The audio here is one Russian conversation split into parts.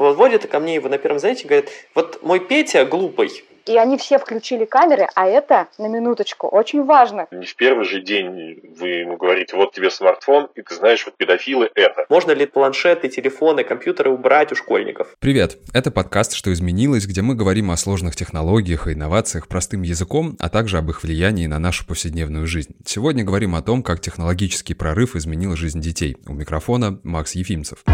подводят ко мне его на первом занятии, говорят, вот мой Петя глупый. И они все включили камеры, а это, на минуточку, очень важно. Не в первый же день вы ему говорите, вот тебе смартфон, и ты знаешь, вот педофилы это. Можно ли планшеты, телефоны, компьютеры убрать у школьников? Привет, это подкаст «Что изменилось», где мы говорим о сложных технологиях и инновациях простым языком, а также об их влиянии на нашу повседневную жизнь. Сегодня говорим о том, как технологический прорыв изменил жизнь детей. У микрофона Макс Ефимцев.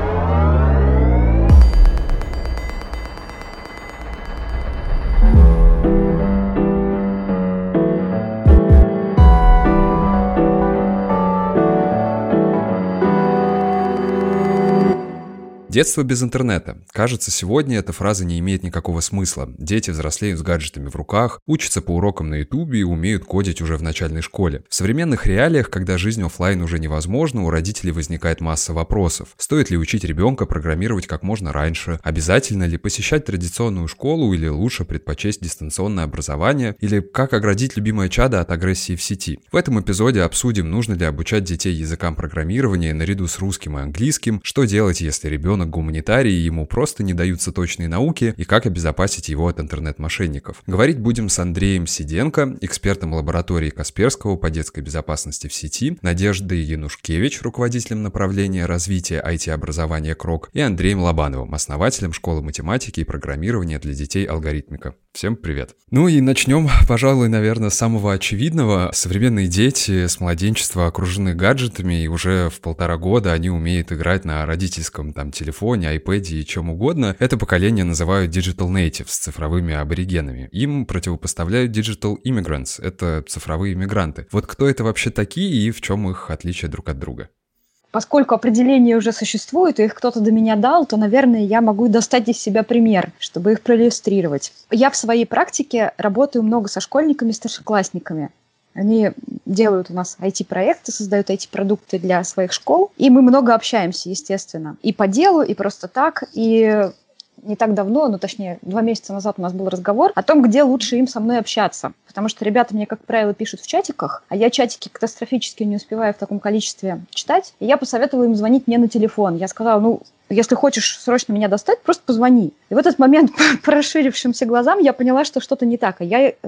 Детство без интернета. Кажется, сегодня эта фраза не имеет никакого смысла. Дети взрослеют с гаджетами в руках, учатся по урокам на Ютубе и умеют кодить уже в начальной школе. В современных реалиях, когда жизнь офлайн уже невозможна, у родителей возникает масса вопросов. Стоит ли учить ребенка программировать как можно раньше? Обязательно ли посещать традиционную школу или лучше предпочесть дистанционное образование? Или как оградить любимое чадо от агрессии в сети? В этом эпизоде обсудим, нужно ли обучать детей языкам программирования наряду с русским и английским, что делать, если ребенок гуманитарий, и ему просто не даются точные науки, и как обезопасить его от интернет-мошенников. Говорить будем с Андреем Сиденко, экспертом лаборатории Касперского по детской безопасности в сети, Надеждой Янушкевич, руководителем направления развития IT-образования КРОК, и Андреем Лобановым, основателем школы математики и программирования для детей «Алгоритмика». Всем привет. Ну и начнем, пожалуй, наверное, с самого очевидного. Современные дети с младенчества окружены гаджетами, и уже в 1,5 года они умеют играть на родительском телефоне, айпэде и чем угодно. Это поколение называют Digital Natives, цифровыми аборигенами. Им противопоставляют Digital Immigrants, это цифровые иммигранты. Вот кто это вообще такие и в чем их отличие друг от друга? Поскольку определения уже существуют, и их кто-то до меня дал, то, наверное, я могу достать из себя пример, чтобы их проиллюстрировать. Я в своей практике работаю много со школьниками, старшеклассниками. Они делают у нас IT-проекты, создают IT-продукты для своих школ, и мы много общаемся, естественно. И по делу, и просто так, и не так давно, точнее, 2 месяца назад у нас был разговор о том, где лучше им со мной общаться. Потому что ребята мне, как правило, пишут в чатиках, а я чатики катастрофически не успеваю в таком количестве читать. И я посоветовала им звонить мне на телефон. Я сказала, если хочешь срочно меня достать, просто позвони. И в этот момент, по расширившимся глазам, я поняла, что что-то не так. И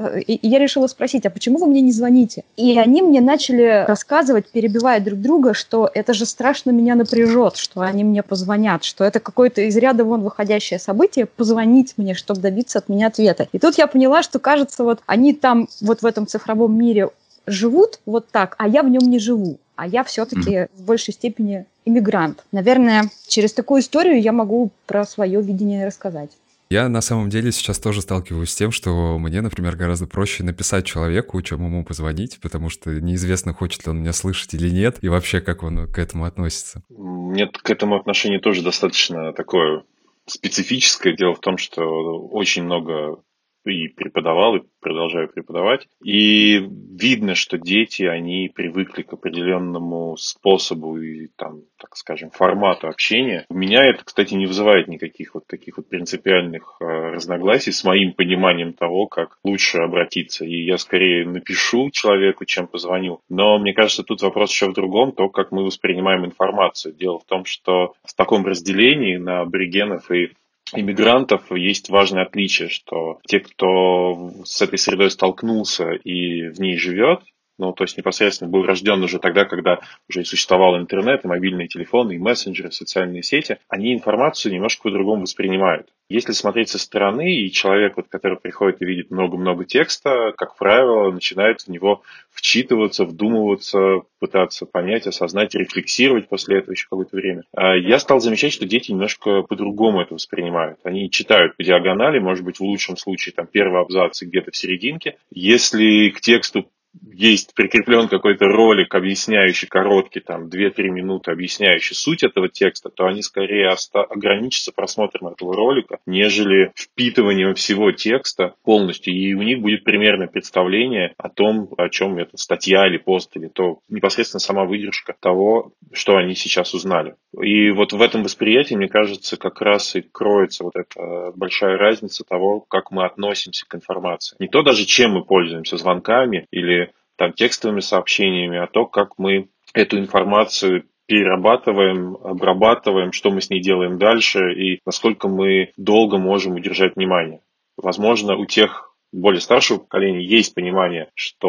я решила спросить, а почему вы мне не звоните? И они мне начали рассказывать, перебивая друг друга, что это же страшно меня напряжет, что они мне позвонят, что это какое-то из ряда вон выходящее событие, позвонить мне, чтобы добиться от меня ответа. И тут я поняла, что, кажется, они там в этом цифровом мире живут вот так, а я в нем не живу. А я все-таки в большей степени иммигрант. Наверное, через такую историю я могу про свое видение рассказать. Я на самом деле сейчас тоже сталкиваюсь с тем, что мне, например, гораздо проще написать человеку, чем ему позвонить, потому что неизвестно, хочет ли он меня слышать или нет, и вообще, как он к этому относится. Нет, к этому отношение тоже достаточно такое специфическое. Дело в том, что очень много и преподавал, и продолжаю преподавать. И видно, что дети, они привыкли к определенному способу и, так скажем, формату общения. У меня это, кстати, не вызывает никаких таких принципиальных разногласий с моим пониманием того, как лучше обратиться. И я скорее напишу человеку, чем позвоню. Но мне кажется, тут вопрос еще в другом, то, как мы воспринимаем информацию. Дело в том, что в таком разделении на аборигенов и иммигрантов есть важное отличие, что те, кто с этой средой столкнулся и в ней живет, то есть непосредственно был рожден уже тогда, когда уже и существовал интернет, и мобильные телефоны, и мессенджеры, социальные сети, они информацию немножко по-другому воспринимают. Если смотреть со стороны, и человек, который приходит и видит много-много текста, как правило, начинает в него вчитываться, вдумываться, пытаться понять, осознать, рефлексировать после этого еще какое-то время. Я стал замечать, что дети немножко по-другому это воспринимают. Они читают по диагонали, может быть, в лучшем случае первый абзац где-то в серединке. Если к тексту есть прикреплен какой-то ролик, объясняющий короткий, 2-3 минуты, объясняющий суть этого текста, то они скорее ограничатся просмотром этого ролика, нежели впитыванием всего текста полностью. И у них будет примерное представление о том, о чем эта статья или пост, или то непосредственно сама выдержка того, что они сейчас узнали. И в этом восприятии, мне кажется, как раз и кроется эта большая разница того, как мы относимся к информации. Не то даже, чем мы пользуемся, звонками или текстовыми сообщениями, а то, как мы эту информацию перерабатываем, обрабатываем, что мы с ней делаем дальше и насколько мы долго можем удержать внимание. Возможно, у тех более старшего поколения есть понимание,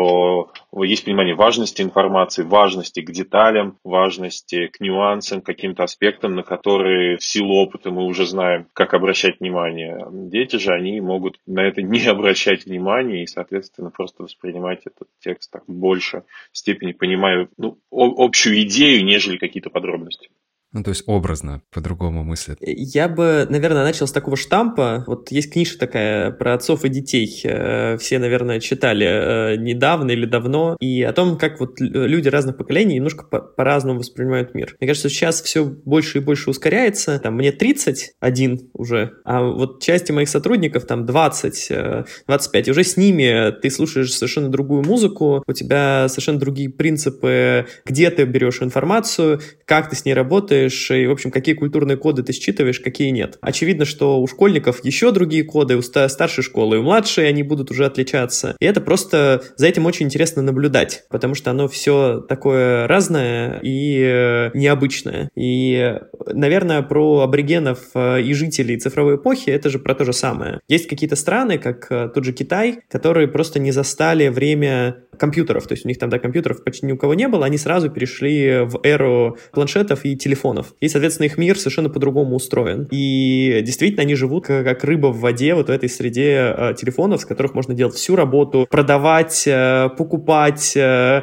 важности информации, важности к деталям, важности к нюансам, к каким-то аспектам, на которые в силу опыта мы уже знаем, как обращать внимание. Дети же, они могут на это не обращать внимания и, соответственно, просто воспринимать этот текст так в большей степени, понимая общую идею, нежели какие-то подробности. Ну, то есть образно, по-другому мыслят. Я бы, наверное, начал с такого штампа. Вот есть книжка такая про отцов и детей. Все, наверное, читали недавно или давно. И о том, как вот люди разных поколений немножко по-разному воспринимают мир. Мне кажется, сейчас все больше и больше ускоряется. Там, мне 31 уже, а вот части моих сотрудников там 20, 25. И уже с ними ты слушаешь совершенно другую музыку, у тебя совершенно другие принципы, где ты берешь информацию, как ты с ней работаешь, и, в общем, какие культурные коды ты считываешь, какие нет. Очевидно, что у школьников еще другие коды, у старшей школы и у младшей они будут уже отличаться. И это просто за этим очень интересно наблюдать, потому что оно все такое разное и необычное. И, наверное, про аборигенов и жителей цифровой эпохи это же про то же самое. Есть какие-то страны, как тот же Китай, которые просто не застали время компьютеров, то есть у них там, да, компьютеров почти ни у кого не было, они сразу перешли в эру планшетов и телефонов. И, соответственно, их мир совершенно по-другому устроен. И действительно, они живут как рыба в воде вот в этой среде телефонов, с которых можно делать всю работу, продавать, покупать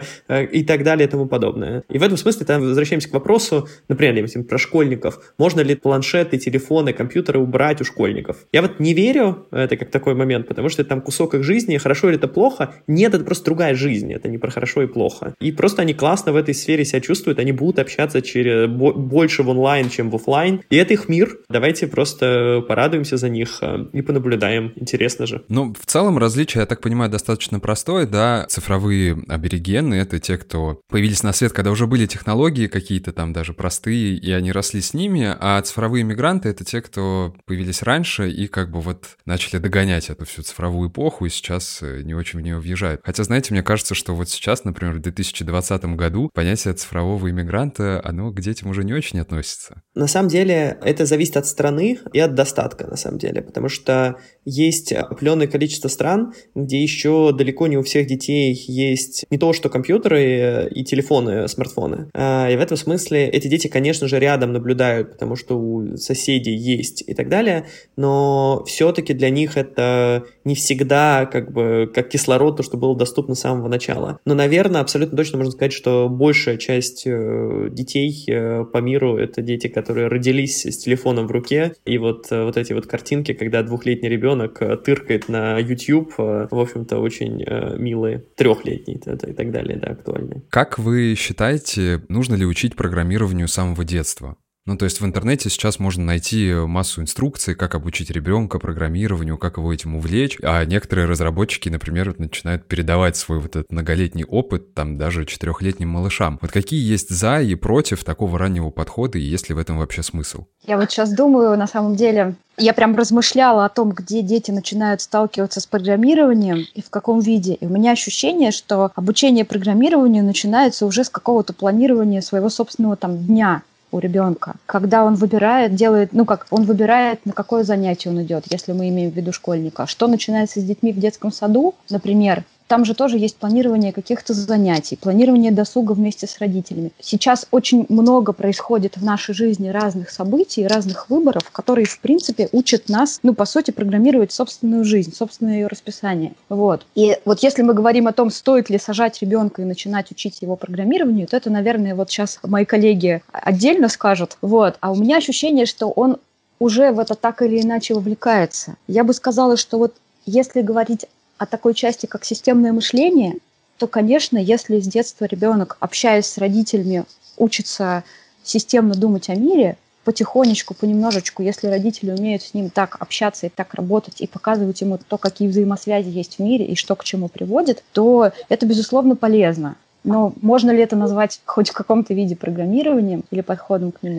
и так далее и тому подобное. И в этом смысле, там, возвращаемся к вопросу, например, про школьников. Можно ли планшеты, телефоны, компьютеры убрать у школьников? Я вот не верю, это как такой момент, потому что это там кусок их жизни, хорошо или это плохо? Нет, это просто другая жизнь, это не про хорошо и плохо. И просто они классно в этой сфере себя чувствуют, они будут общаться больше в онлайн, чем в офлайн. И это их мир. Давайте просто порадуемся за них и понаблюдаем. Интересно же. Ну, в целом различие, я так понимаю, достаточно простое, да. Цифровые аборигены — это те, кто появились на свет, когда уже были технологии какие-то там даже простые, и они росли с ними, а цифровые мигранты — это те, кто появились раньше и как бы вот начали догонять эту всю цифровую эпоху и сейчас не очень в нее въезжают. Хотя, знаете, мне кажется, что вот сейчас, например, в 2020 году понятие цифрового иммигранта, оно к детям уже не очень относится. На самом деле это зависит от страны и от достатка, на самом деле, потому что есть определенное количество стран, где еще далеко не у всех детей есть не то что компьютеры и телефоны, смартфоны. И в этом смысле эти дети, конечно же, рядом наблюдают, потому что у соседей есть и так далее, но все-таки для них это не всегда как бы как кислород, то, что было доступно с самого начала. Но, наверное, абсолютно точно можно сказать, что большая часть детей по миру — это дети, которые родились с телефоном в руке, и вот эти вот картинки, когда двухлетний ребенок тыркает на YouTube, в общем-то, очень милые, трехлетний и так далее, да, актуальные. Как вы считаете, нужно ли учить программированию с самого детства? Ну, то есть в интернете сейчас можно найти массу инструкций, как обучить ребенка программированию, как его этим увлечь, а некоторые разработчики, например, начинают передавать свой вот этот многолетний опыт там даже 4-летним малышам. Вот какие есть за и против такого раннего подхода, и есть ли в этом вообще смысл? Я вот сейчас думаю, на самом деле, я прям размышляла о том, где дети начинают сталкиваться с программированием и в каком виде. И у меня ощущение, что обучение программированию начинается уже с какого-то планирования своего собственного там дня у ребенка, когда он выбирает, он выбирает, на какое занятие он идет, если мы имеем в виду школьника. Что начинается с детьми в детском саду, например, там же тоже есть планирование каких-то занятий, планирование досуга вместе с родителями. Сейчас очень много происходит в нашей жизни разных событий, разных выборов, которые, в принципе, учат нас, по сути, программировать собственную жизнь, собственное ее расписание. Вот. И вот если мы говорим о том, стоит ли сажать ребенка и начинать учить его программированию, то это, наверное, вот сейчас мои коллеги отдельно скажут. Вот. А у меня ощущение, что он уже в это так или иначе вовлекается. Я бы сказала, что вот если говорить о такой части, как системное мышление, то, конечно, если с детства ребенок, общаясь с родителями, учится системно думать о мире, потихонечку, понемножечку, если родители умеют с ним так общаться и так работать, и показывать ему то, какие взаимосвязи есть в мире и что к чему приводит, то это, безусловно, полезно. Но можно ли это назвать хоть в каком-то виде программированием или подходом к нему?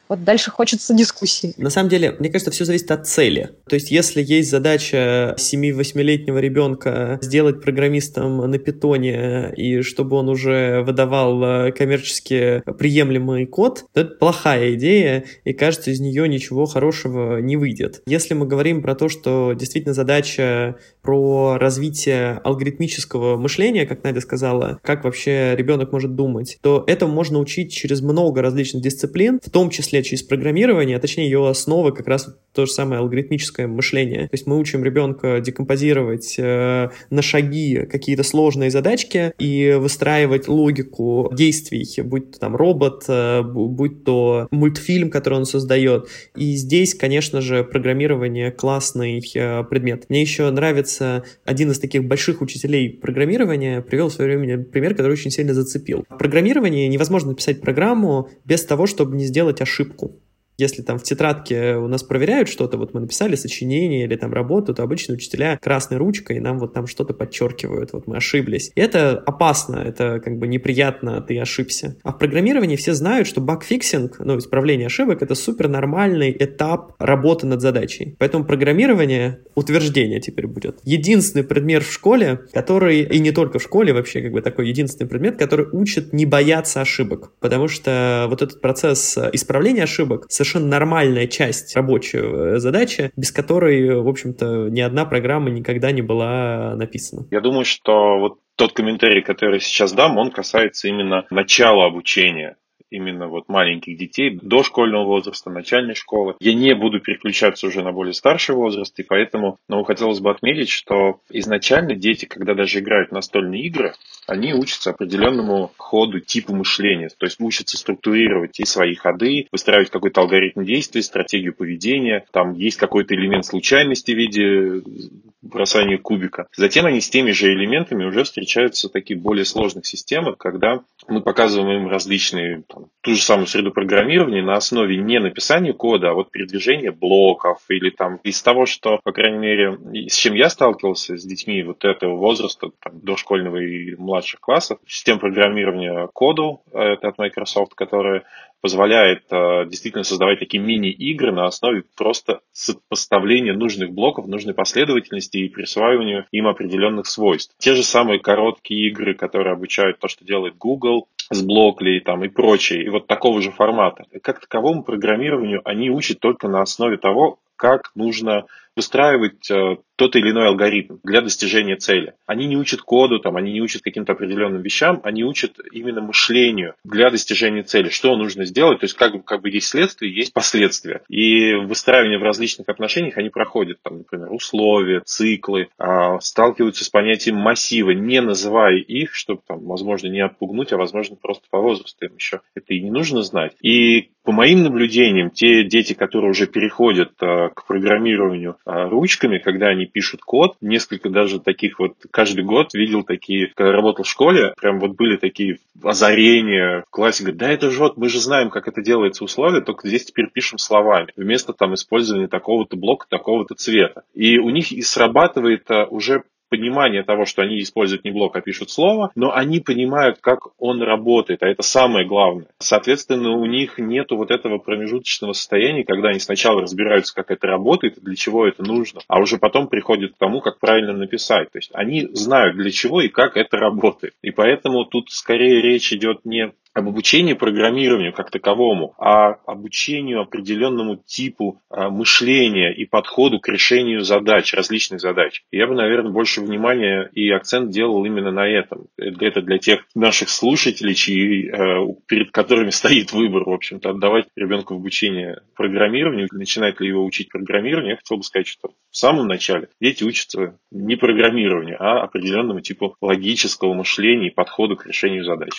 Вот дальше хочется дискуссии. На самом деле, мне кажется, все зависит от цели. То есть, если есть задача 7-8-летнего ребенка сделать программистом на питоне, и чтобы он уже выдавал коммерчески приемлемый код, то это плохая идея, и, кажется, из нее ничего хорошего не выйдет. Если мы говорим про то, что действительно задача про развитие алгоритмического мышления, как Надя сказала, как вообще ребенок может думать, то это можно учить через много различных дисциплин, в том числе через программирование, а точнее ее основа как раз то же самое алгоритмическое мышление. То есть мы учим ребенка декомпозировать на шаги какие-то сложные задачки и выстраивать логику действий, будь то там робот, будь то мультфильм, который он создает. И здесь, конечно же, программирование классный предмет. Мне еще нравится один из таких больших учителей программирования, привел в свое время пример, который очень сильно зацепил. В программировании невозможно написать программу без того, чтобы не сделать ошибку. Если там в тетрадке у нас проверяют что-то, вот мы написали сочинение или там работу, то обычно учителя красной ручкой нам вот там что-то подчеркивают, вот мы ошиблись. И это опасно, это как бы неприятно, ты ошибся. А в программировании все знают, что баг-фиксинг, исправление ошибок, это супер нормальный этап работы над задачей. Поэтому программирование, утверждение теперь будет. Единственный предмет в школе, который, и не только в школе, вообще как бы такой единственный предмет, который учит не бояться ошибок. Потому что вот этот процесс исправления ошибок совершенно нормальная часть рабочей задачи, без которой, в общем-то, ни одна программа никогда не была написана. Я думаю, что вот тот комментарий, который сейчас дам, он касается именно начала обучения. Именно вот маленьких детей, дошкольного возраста, начальной школы. Я не буду переключаться уже на более старший возраст, и поэтому хотелось бы отметить, что изначально дети, когда даже играют в настольные игры, они учатся определенному ходу, типу мышления. То есть учатся структурировать и свои ходы, выстраивать какой-то алгоритм действий, стратегию поведения. Там есть какой-то элемент случайности в виде бросания кубика. Затем они с теми же элементами уже встречаются в таких более сложных системах, когда мы показываем им различные, ту же самую среду программирования на основе не написания кода, а вот передвижения блоков или там из того, что, по крайней мере, с чем я сталкивался с детьми вот этого возраста, дошкольного и младших классов, система программирования коду, это от Microsoft, которая позволяет действительно создавать такие мини-игры на основе просто сопоставления нужных блоков, нужной последовательности и присваивания им определенных свойств. Те же самые короткие игры, которые обучают то, что делает Google с Blockly и прочее, и вот такого же формата. Как таковому программированию они учат только на основе того, как нужно выстраивать тот или иной алгоритм для достижения цели. Они не учат коду, они не учат каким-то определенным вещам, они учат именно мышлению для достижения цели. Что нужно сделать, то есть как бы есть следствие, есть последствия. И выстраивание в различных отношениях они проходят, например, условия, циклы, сталкиваются с понятием массива, не называя их, чтобы, возможно, не отпугнуть, а, возможно, просто по возрасту им еще это и не нужно знать. И по моим наблюдениям, те дети, которые уже переходят к программированию ручками, когда они пишут код, несколько даже таких каждый год видел такие, когда работал в школе, прям были такие озарения в классе, говорят, да это же мы же знаем, как это делается условия, только здесь теперь пишем словами, вместо использования такого-то блока, такого-то цвета. И у них и срабатывает уже понимание того, что они используют не блок, а пишут слово, но они понимают, как он работает, а это самое главное. Соответственно, у них нету этого промежуточного состояния, когда они сначала разбираются, как это работает и для чего это нужно, а уже потом приходят к тому, как правильно написать. То есть они знают, для чего и как это работает. И поэтому тут скорее речь идет не об обучении программированию как таковому, а обучению определенному типу мышления и подходу к решению задач, различных задач. Я бы, наверное, больше внимания и акцент делал именно на этом. Это для тех наших слушателей, перед которыми стоит выбор, в общем-то, отдавать ребенку в обучение программированию, начинать ли его учить программированию. Я хотел бы сказать, что в самом начале дети учатся не программированию, а определенному типу логического мышления и подходу к решению задач.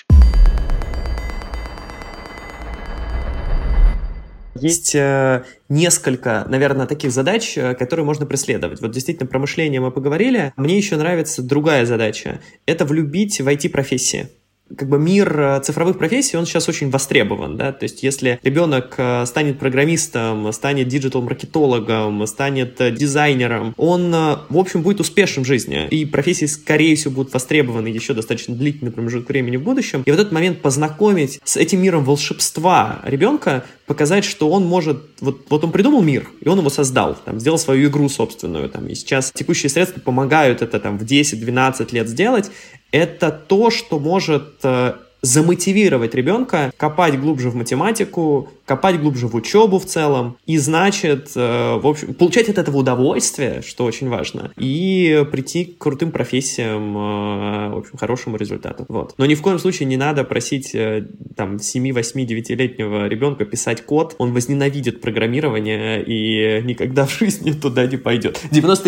Есть несколько, наверное, таких задач, которые можно преследовать. Вот действительно про мышление мы поговорили. Мне еще нравится другая задача. Это влюбить в IT-профессии. Мир цифровых профессий, он сейчас очень востребован, да, то есть если ребенок станет программистом, станет диджитал-маркетологом, станет дизайнером, он, в общем, будет успешным в жизни, и профессии, скорее всего, будут востребованы еще достаточно длительный промежуток времени в будущем, и в этот момент познакомить с этим миром волшебства ребенка показать, что он может... Вот он придумал мир, и он его создал, там, сделал свою игру собственную. Там, и сейчас текущие средства помогают это там, в 10-12 лет сделать. Это то, что может замотивировать ребенка копать глубже в математику, копать глубже в учебу в целом, и значит, в общем, получать от этого удовольствие, что очень важно, и прийти к крутым профессиям, в общем, хорошему результату. Вот. Но ни в коем случае не надо просить там 7, 8, 9-летнего ребенка писать код, он возненавидит программирование и никогда в жизни туда не пойдет.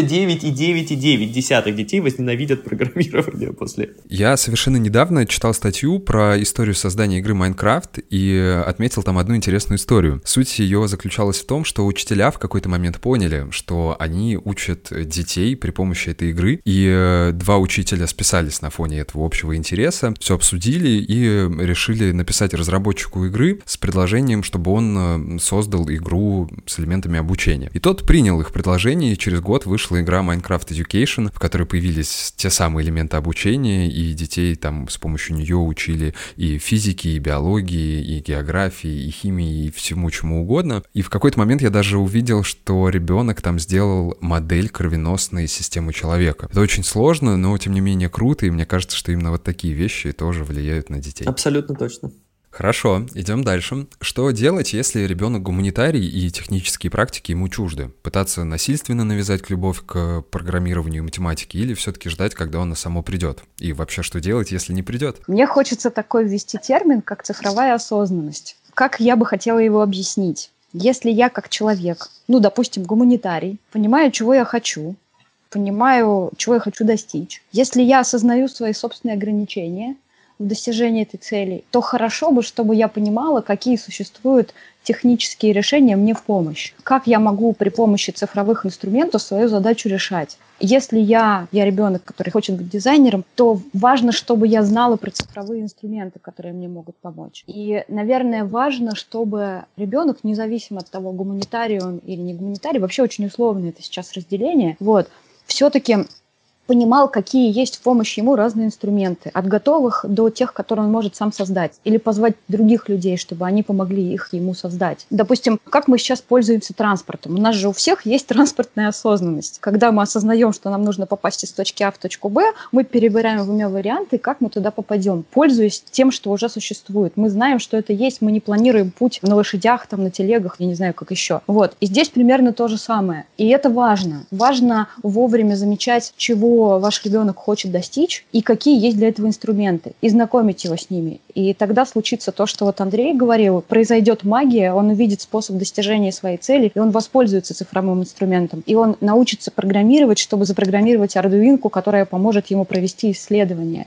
99,9,9 детей возненавидят программирование после. Я совершенно недавно читал статью про историю создания игры Minecraft и отметил там одну интересную историю. Суть ее заключалась в том, что учителя в какой-то момент поняли, что они учат детей при помощи этой игры, и 2 учителя списались на фоне этого общего интереса, все обсудили и решили написать разработчику игры с предложением, чтобы он создал игру с элементами обучения. И тот принял их предложение, и через год вышла игра Minecraft Education, в которой появились те самые элементы обучения, и детей там с помощью нее учили и физики, и биологии, и географии, и химии, и всему чему угодно. И в какой-то момент я даже увидел, что ребенок там сделал модель кровеносной системы человека. Это очень сложно, но тем не менее круто, и мне кажется, что именно вот такие вещи тоже влияют на детей. Абсолютно точно. Хорошо, идем дальше. Что делать, если ребенок гуманитарий и технические практики ему чужды? Пытаться насильственно навязать любовь к программированию и математике или все-таки ждать, когда он само придет? И вообще, что делать, если не придет? Мне хочется такой ввести термин, как цифровая осознанность. Как я бы хотела его объяснить? Если я как человек, допустим, гуманитарий, понимаю, чего я хочу, понимаю, чего я хочу достичь, если я осознаю свои собственные ограничения в достижении этой цели, то хорошо бы, чтобы я понимала, какие существуют технические решения мне в помощь. Как я могу при помощи цифровых инструментов свою задачу решать. Если я ребенок, который хочет быть дизайнером, то важно, чтобы я знала про цифровые инструменты, которые мне могут помочь. И, наверное, важно, чтобы ребенок, независимо от того, гуманитарий он или не гуманитарий, вообще очень условно это сейчас разделение, все-таки понимал, какие есть в помощь ему разные инструменты, от готовых до тех, которые он может сам создать, или позвать других людей, чтобы они помогли их ему создать. Допустим, как мы сейчас пользуемся транспортом? У нас же у всех есть транспортная осознанность. Когда мы осознаем, что нам нужно попасть из точки А в точку Б, мы перебираем в уме варианты, как мы туда попадем, пользуясь тем, что уже существует. Мы знаем, что это есть, мы не планируем путь на лошадях, там, на телегах, я не знаю, как еще. И здесь примерно то же самое. И это важно. Важно вовремя замечать, чего ваш ребенок хочет достичь и какие есть для этого инструменты, и знакомить его с ними. И тогда случится то, что Андрей говорил, произойдет магия, он увидит способ достижения своей цели, и он воспользуется цифровым инструментом, и он научится программировать, чтобы запрограммировать ардуинку, которая поможет ему провести исследование.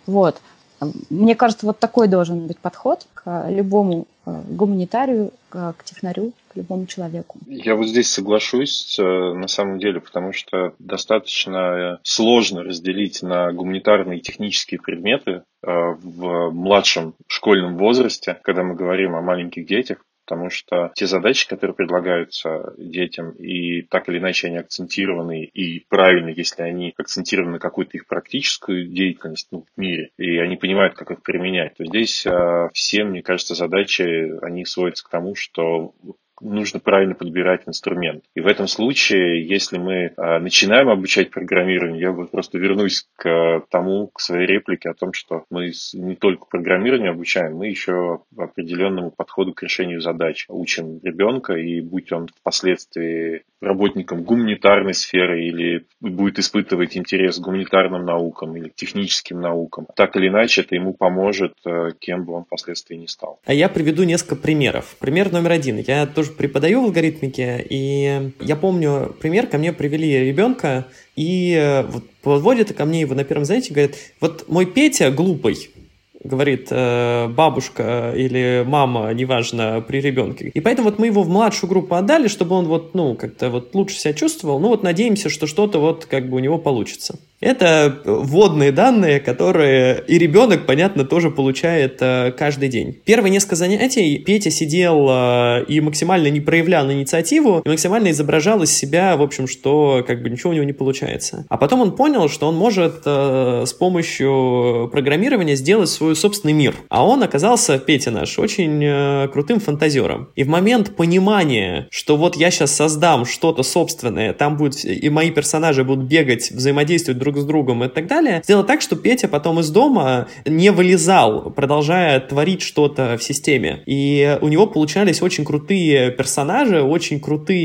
Мне кажется, такой должен быть подход к любому гуманитарию, к технарю, к любому человеку. Я здесь соглашусь на самом деле, потому что достаточно сложно разделить на гуманитарные и технические предметы в младшем школьном возрасте, когда мы говорим о маленьких детях. Потому что те задачи, которые предлагаются детям, и так или иначе они акцентированы, и правильно, если они акцентированы на какую-то их практическую деятельность в мире, и они понимают, как их применять, то здесь все, мне кажется, задачи, они сводятся к тому, что нужно правильно подбирать инструмент. И в этом случае, если мы начинаем обучать программированию, я просто вернусь к своей реплике о том, что мы не только программированию обучаем, мы еще определенному подходу к решению задач учим ребенка, и будь он впоследствии работником гуманитарной сферы или будет испытывать интерес к гуманитарным наукам или к техническим наукам, так или иначе это ему поможет, кем бы он впоследствии ни стал. А я приведу несколько примеров. Пример номер 1. Я тоже преподаю в алгоритмике, и я помню пример, ко мне привели ребенка, и подводят ко мне его на первом занятии, говорят, мой Петя глупый, говорит бабушка или мама, неважно, при ребенке. И поэтому мы его в младшую группу отдали, чтобы он как-то лучше себя чувствовал. Надеемся, что что-то у него получится. Это вводные данные, которые и ребенок, понятно, тоже получает каждый день. Первые несколько занятий Петя сидел и максимально не проявлял инициативу, и максимально изображал из себя, в общем, что как бы ничего у него не получается. А потом он понял, что он может с помощью программирования сделать свой собственный мир. А он оказался, Петя наш, очень крутым фантазером. И в момент понимания, что вот я сейчас создам что-то собственное, там будет и мои персонажи будут бегать, взаимодействовать друг с другом и так далее, сделал так, что Петя потом из дома не вылезал, продолжая творить что-то в системе. И у него получались очень крутые персонажи, очень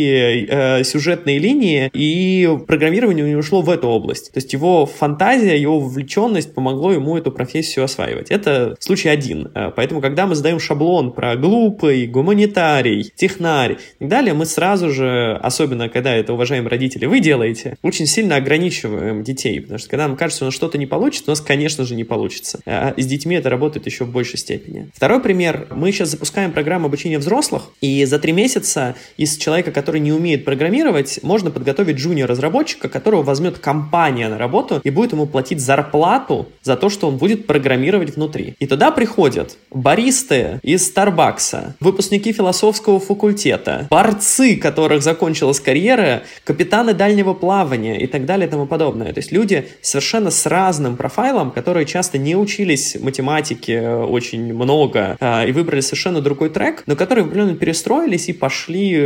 крутые сюжетные линии, и программирование у него шло в эту область. То есть его фантазия, его вовлеченность помогло ему эту профессию осваивать. Это случай один. Поэтому, когда мы задаем шаблон про глупый, гуманитарий, технарь и так далее, мы сразу же, особенно когда это, уважаемые родители, вы делаете, очень сильно ограничиваем детей. Потому что когда нам кажется, что у нас что-то не получится, у нас, конечно же, не получится. А с детьми это работает еще в большей степени. Второй пример. Мы сейчас запускаем программу обучения взрослых, и за 3 месяца из человека, который не умеет программировать, можно подготовить джуниор-разработчика, которого возьмет компания на работу и будет ему платить зарплату за то, что он будет программировать внутри. И туда приходят баристы из Старбакса, выпускники философского факультета, борцы, которых закончилась карьера, капитаны дальнего плавания и так далее и тому подобное. То есть люди совершенно с разным профайлом, которые часто не учились математике очень много и выбрали совершенно другой трек, но которые определенно перестроились и пошли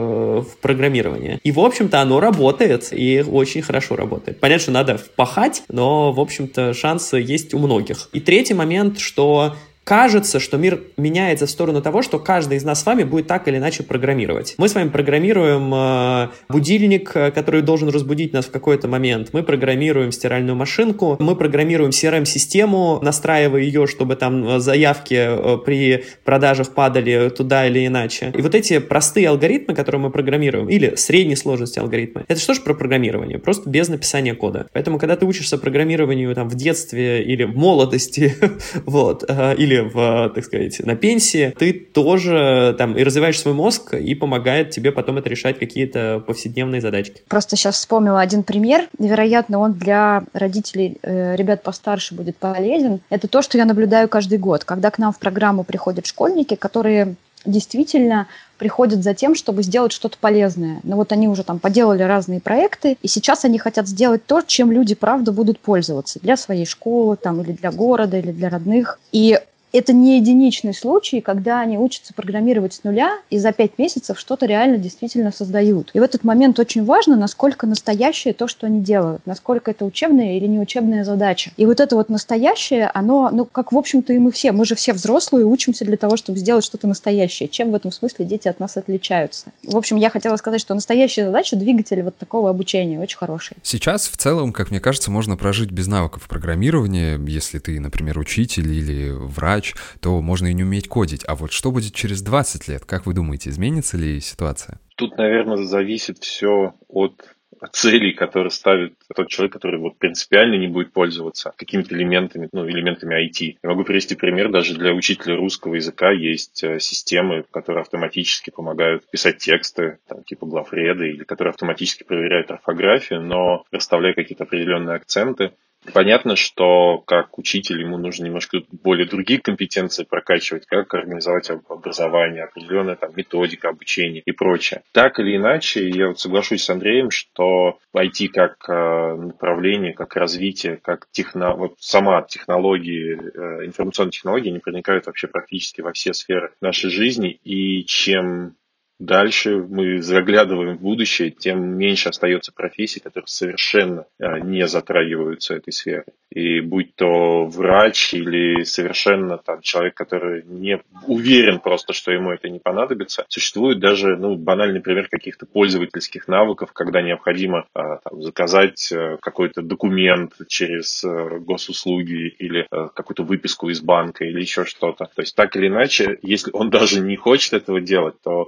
в программирование. И, в общем-то, оно работает, и очень хорошо работает. Понятно, что надо впахать, но, в общем-то, шансы есть у многих. И третий момент, что кажется, что мир меняется в сторону того, что каждый из нас с вами будет так или иначе программировать. Мы с вами программируем будильник, который должен разбудить нас в какой-то момент. Мы программируем стиральную машинку. Мы программируем CRM-систему, настраивая ее, чтобы там заявки при продажах падали туда или иначе. И вот эти простые алгоритмы, которые мы программируем, или средней сложности алгоритмы, это что же про программирование? Просто без написания кода. Поэтому, когда ты учишься программированию там в детстве или в молодости, вот, или так сказать, на пенсии, ты тоже там и развиваешь свой мозг, и помогает тебе потом это решать какие-то повседневные задачки. Просто сейчас вспомнила один пример. Вероятно, он для родителей, ребят постарше будет полезен. Это то, что я наблюдаю каждый год, когда к нам в программу приходят школьники, которые действительно приходят за тем, чтобы сделать что-то полезное. Но вот они уже там поделали разные проекты, и сейчас они хотят сделать то, чем люди, правда, будут пользоваться для своей школы, там, или для города, или для родных. И это не единичный случай, когда они учатся программировать с нуля и за 5 месяцев что-то реально действительно создают. И в этот момент очень важно, насколько настоящее то, что они делают, насколько это учебная или неучебная задача. И вот это вот настоящее, оно, ну, как, в общем-то, и мы все. Мы же все взрослые, учимся для того, чтобы сделать что-то настоящее. Чем в этом смысле дети от нас отличаются? В общем, я хотела сказать, что настоящая задача, двигатель вот такого обучения очень хороший. Сейчас, в целом, как мне кажется, можно прожить без навыков программирования. Если ты, например, учитель или врач, то можно и не уметь кодить. А вот что будет через 20 лет? Как вы думаете, изменится ли ситуация? Тут, наверное, зависит все от целей, которые ставит тот человек, который вот принципиально не будет пользоваться какими-то элементами, элементами IT. Я могу привести пример, даже для учителя русского языка есть системы, которые автоматически помогают писать тексты, там, типа главреда, или которые автоматически проверяют орфографию, но расставляя какие-то определенные акценты. Понятно, что как учитель ему нужно немножко более другие компетенции прокачивать, как организовать образование, определенная там методика обучения и прочее. Так или иначе, я вот соглашусь с Андреем, что IT как направление, как развитие, как вот сама технологии, информационные технологии, они проникают вообще практически во все сферы нашей жизни, и чем дальше мы заглядываем в будущее, тем меньше остается профессий, которые совершенно не затрагиваются этой сферой. И будь то врач или совершенно там человек, который не уверен просто, что ему это не понадобится, существует даже банальный пример каких-то пользовательских навыков, когда необходимо заказать какой-то документ через госуслуги или какую-то выписку из банка или еще что-то. То есть так или иначе, если он даже не хочет этого делать, то уже просто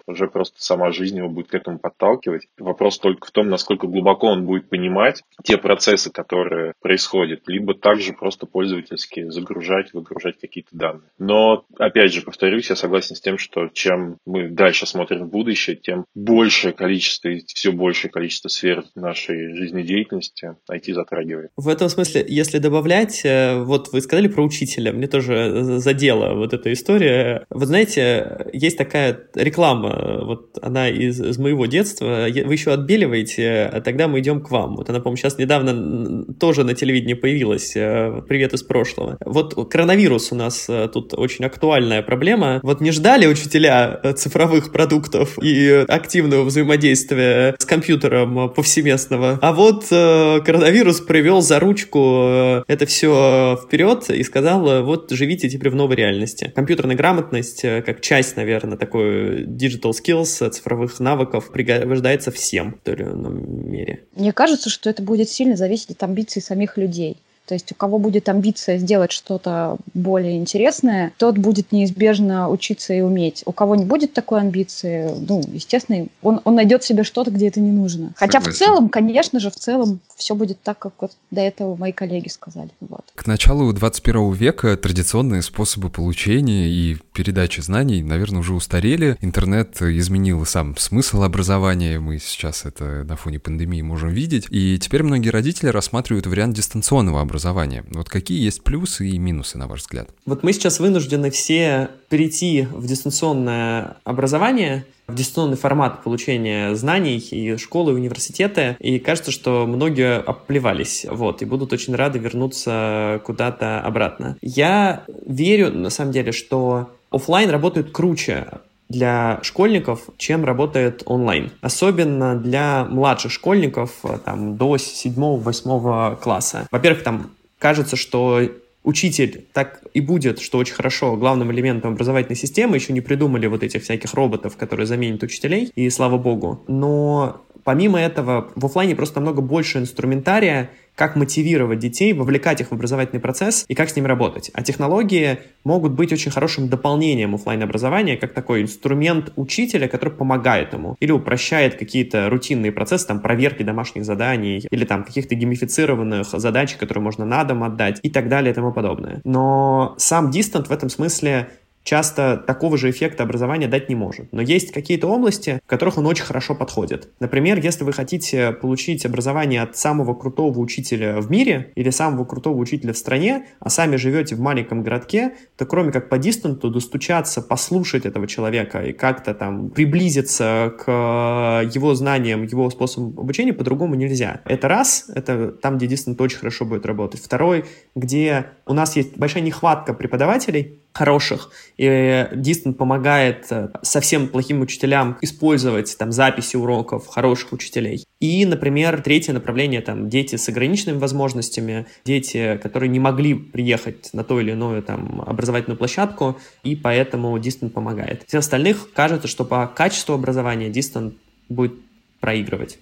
просто сама жизнь его будет к этому подталкивать. Вопрос только в том, насколько глубоко он будет понимать те процессы, которые происходят, либо также просто пользовательски загружать, выгружать какие-то данные. Но, опять же, повторюсь, я согласен с тем, что чем мы дальше смотрим в будущее, тем большее количество и все большее количество сфер нашей жизнедеятельности IT затрагивает. В этом смысле, если добавлять, вот вы сказали про учителя, мне тоже задела вот эта история. Вы знаете, есть такая реклама, вот она из моего детства, вы еще отбеливаете, а тогда мы идем к вам. Вот она, по-моему, сейчас недавно тоже на телевидении появилась. Привет из прошлого. Вот коронавирус у нас тут очень актуальная проблема. Вот не ждали учителя цифровых продуктов и активного взаимодействия с компьютером повсеместного, а вот коронавирус привел за ручку это все вперед и сказал, вот живите теперь в новой реальности. Компьютерная грамотность, как часть, наверное, такой digital skills, цифровых навыков, пригождается всем в той или иной мере. Мне кажется, что это будет сильно зависеть от амбиций самих людей. То есть у кого будет амбиция сделать что-то более интересное, тот будет неизбежно учиться и уметь. У кого не будет такой амбиции, естественно, он найдет себе что-то, где это не нужно. Хотя в целом, конечно же, все будет так, как вот до этого мои коллеги сказали. Вот. К началу 21 века традиционные способы получения и передачи знаний, наверное, уже устарели. Интернет изменил сам смысл образования, мы сейчас это на фоне пандемии можем видеть. И теперь многие родители рассматривают вариант дистанционного образования. Вот какие есть плюсы и минусы, на ваш взгляд? Вот мы сейчас вынуждены все перейти в дистанционное образование, в дистанционный формат получения знаний и школы, и университеты, и кажется, что многие оплевались, и будут очень рады вернуться куда-то обратно. Я верю, на самом деле, что офлайн работает круче для школьников, чем работает онлайн. Особенно для младших школьников, до 7-8 класса. Во-первых, кажется, что учитель так и будет, что очень хорошо, главным элементом образовательной системы. Еще не придумали вот этих всяких роботов, которые заменят учителей, и слава богу. Но помимо этого, в офлайне просто намного больше инструментария, как мотивировать детей, вовлекать их в образовательный процесс и как с ним работать. А технологии могут быть очень хорошим дополнением офлайн-образования, как такой инструмент учителя, который помогает ему или упрощает какие-то рутинные процессы, проверки домашних заданий или каких-то геймифицированных задач, которые можно на дом отдать и так далее и тому подобное. Но сам дистант в этом смысле часто такого же эффекта образования дать не может. Но есть какие-то области, в которых он очень хорошо подходит. Например, если вы хотите получить образование от самого крутого учителя в мире или самого крутого учителя в стране, а сами живете в маленьком городке, то кроме как по дистанту достучаться, послушать этого человека и как-то приблизиться к его знаниям, его способам обучения по-другому нельзя. Это раз, это там, где дистант очень хорошо будет работать. Второй, где у нас есть большая нехватка преподавателей хороших, и дистант помогает совсем плохим учителям использовать записи уроков хороших учителей. И, например, третье направление, дети с ограниченными возможностями, дети, которые не могли приехать на ту или иную образовательную площадку, и поэтому дистант помогает. Всех остальных кажется, что по качеству образования дистант будет проигрывать.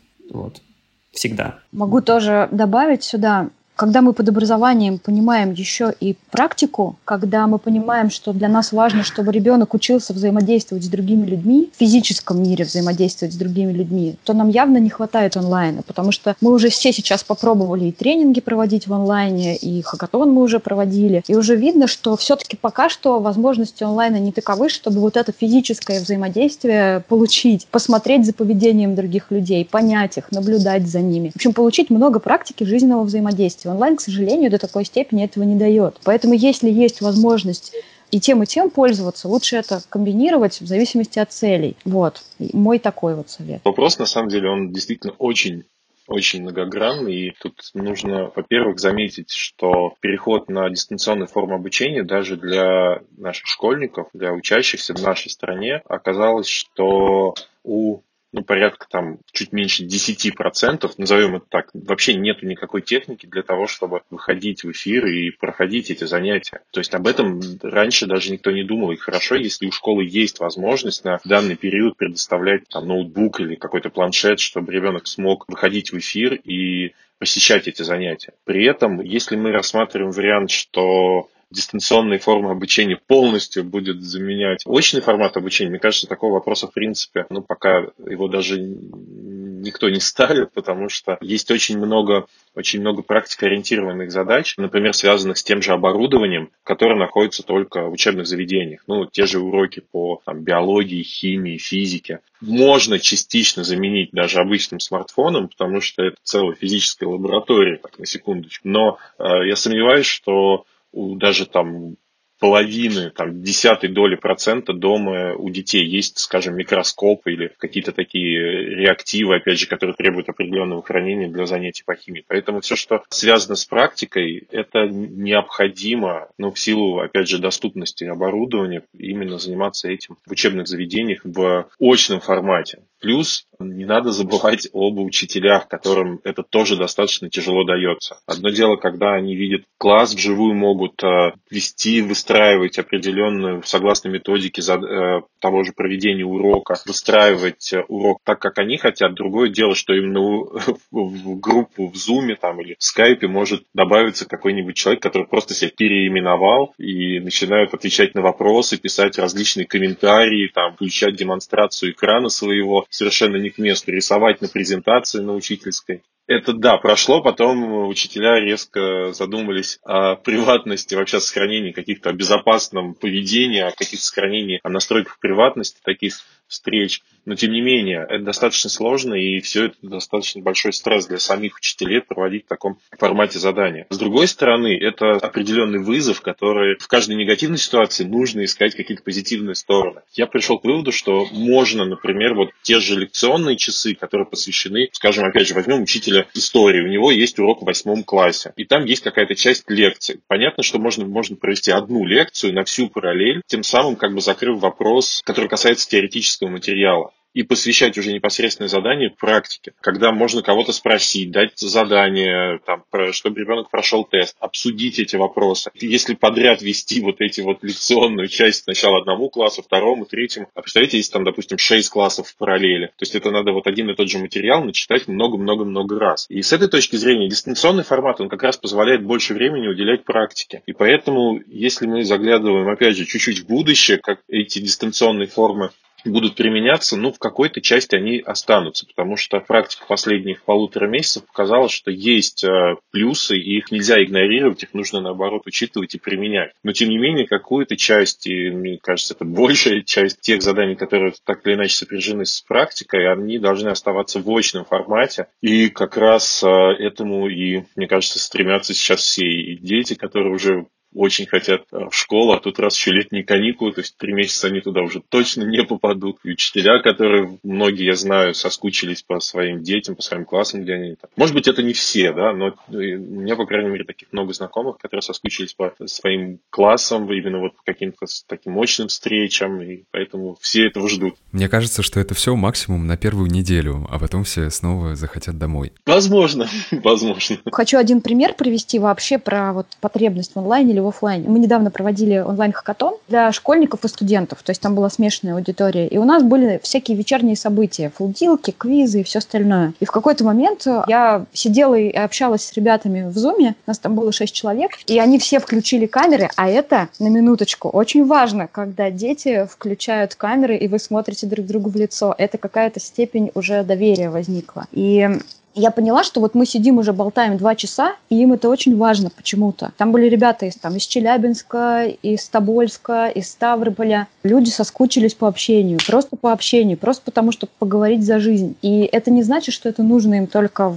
Всегда. Могу тоже добавить сюда. Когда мы под образованием понимаем еще и практику, когда мы понимаем, что для нас важно, чтобы ребенок учился взаимодействовать с другими людьми, в физическом мире взаимодействовать с другими людьми, то нам явно не хватает онлайна, потому что мы уже все сейчас попробовали и тренинги проводить в онлайне, и хакатон мы уже проводили, и уже видно, что все-таки пока что возможности онлайна не таковы, чтобы вот это физическое взаимодействие получить, посмотреть за поведением других людей, понять их, наблюдать за ними. В общем, получить много практики жизненного взаимодействия. Онлайн, к сожалению, до такой степени этого не дает. Поэтому, если есть возможность и тем пользоваться, лучше это комбинировать в зависимости от целей. Мой такой совет. Вопрос, на самом деле, он действительно очень многогранный. И тут нужно, во-первых, заметить, что переход на дистанционную форму обучения даже для наших школьников, для учащихся в нашей стране, оказалось, что у порядка чуть меньше 10%, назовем это так, вообще нету никакой техники для того, чтобы выходить в эфир и проходить эти занятия. То есть об этом раньше даже никто не думал. И хорошо, если у школы есть возможность на данный период предоставлять ноутбук или какой-то планшет, чтобы ребенок смог выходить в эфир и посещать эти занятия. При этом, если мы рассматриваем вариант, что дистанционные формы обучения полностью будет заменять очный формат обучения, мне кажется, такого вопроса в принципе, пока его даже никто не ставит, потому что есть очень много практикоориентированных задач, например, связанных с тем же оборудованием, которое находится только в учебных заведениях. Те же уроки по биологии, химии, физике можно частично заменить даже обычным смартфоном, потому что это целая физическая лаборатория, так, на секундочку. Но я сомневаюсь, что даже половины, 0,1% дома у детей есть, скажем, микроскоп или какие-то такие реактивы, опять же, которые требуют определенного хранения для занятий по химии. Поэтому все, что связано с практикой, это необходимо, в силу, опять же, доступности оборудования, именно заниматься этим в учебных заведениях в очном формате. Плюс не надо забывать об учителях, которым это тоже достаточно тяжело дается. Одно дело, когда они видят класс вживую, могут выстраивать определенную, согласно методике того же проведения урока, выстраивать урок так, как они хотят. Другое дело, что именно в группу в Zoom или в Skype может добавиться какой-нибудь человек, который просто себя переименовал и начинает отвечать на вопросы, писать различные комментарии, включать демонстрацию экрана своего совершенно не к месту, рисовать на презентации на учительской. Это, прошло, потом учителя резко задумались о приватности, вообще о сохранении каких-то, о безопасном поведении, о каких-то сохранении, о настройках приватности таких встреч. Но, тем не менее, это достаточно сложно, и все это достаточно большой стресс для самих учителей проводить в таком формате задания. С другой стороны, это определенный вызов, который в каждой негативной ситуации нужно искать какие-то позитивные стороны. Я пришел к выводу, что можно, например, те же лекционные часы, которые посвящены, скажем, опять же, возьмем учителя истории, у него есть урок в 8 классе, и там есть какая-то часть лекций. Понятно, что можно провести одну лекцию на всю параллель, тем самым закрыв вопрос, который касается теоретического материала, и посвящать уже непосредственное задание практике, когда можно кого-то спросить, дать задание, чтобы ребенок прошел тест, обсудить эти вопросы. Если подряд вести лекционную часть сначала одному классу, второму, третьему, а представляете, если допустим, 6 классов в параллели, то есть это надо один и тот же материал начитать много-много-много раз. И с этой точки зрения дистанционный формат, он как раз позволяет больше времени уделять практике. И поэтому, если мы заглядываем, опять же, чуть-чуть в будущее, как эти дистанционные формы будут применяться, в какой-то части они останутся, потому что практика последних 1,5 месяца показала, что есть плюсы, и их нельзя игнорировать, их нужно, наоборот, учитывать и применять. Но, тем не менее, какую-то часть, и мне кажется, это большая часть тех заданий, которые так или иначе сопряжены с практикой, они должны оставаться в очном формате, и как раз этому и, мне кажется, стремятся сейчас все и дети, которые уже очень хотят в школу, а тут раз еще летние каникулы, то есть 3 месяца они туда уже точно не попадут. И учителя, которые, многие, я знаю, соскучились по своим детям, по своим классам, где они там. Может быть, это не все, но у меня, по крайней мере, таких много знакомых, которые соскучились по своим классам, именно по каким-то таким мощным встречам, и поэтому все этого ждут. Мне кажется, что это все максимум на первую неделю, а потом все снова захотят домой. Возможно. Хочу один пример привести вообще про потребность в онлайне или в офлайне. Мы недавно проводили онлайн-хакатон для школьников и студентов, то есть там была смешанная аудитория, и у нас были всякие вечерние события, флудилки, квизы и все остальное. И в какой-то момент я сидела и общалась с ребятами в Zoom, нас там было 6 человек, и они все включили камеры, а это, на минуточку, очень важно, когда дети включают камеры, и вы смотрите друг другу в лицо. Это какая-то степень уже доверия возникла. И я поняла, что мы сидим уже болтаем 2 часа, и им это очень важно почему-то. Там были ребята из Челябинска, из Тобольска, из Ставрополя. Люди соскучились по общению, просто потому что поговорить за жизнь. И это не значит, что это нужно им только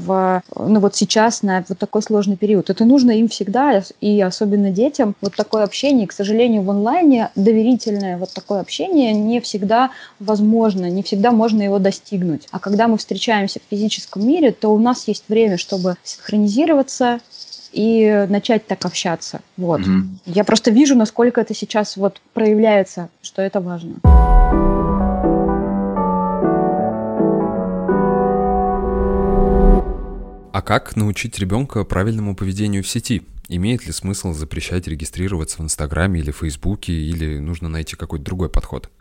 сейчас, на такой сложный период. Это нужно им всегда, и особенно детям. Такое общение, к сожалению, в онлайне доверительное такое общение не всегда возможно, не всегда можно его достигнуть. А когда мы встречаемся в физическом мире, то у нас есть время, чтобы синхронизироваться и начать так общаться. Я просто вижу, насколько это сейчас проявляется, что это важно. А как научить ребенка правильному поведению в сети? Имеет ли смысл запрещать регистрироваться в Инстаграме или Фейсбуке, или нужно найти какой-то другой подход?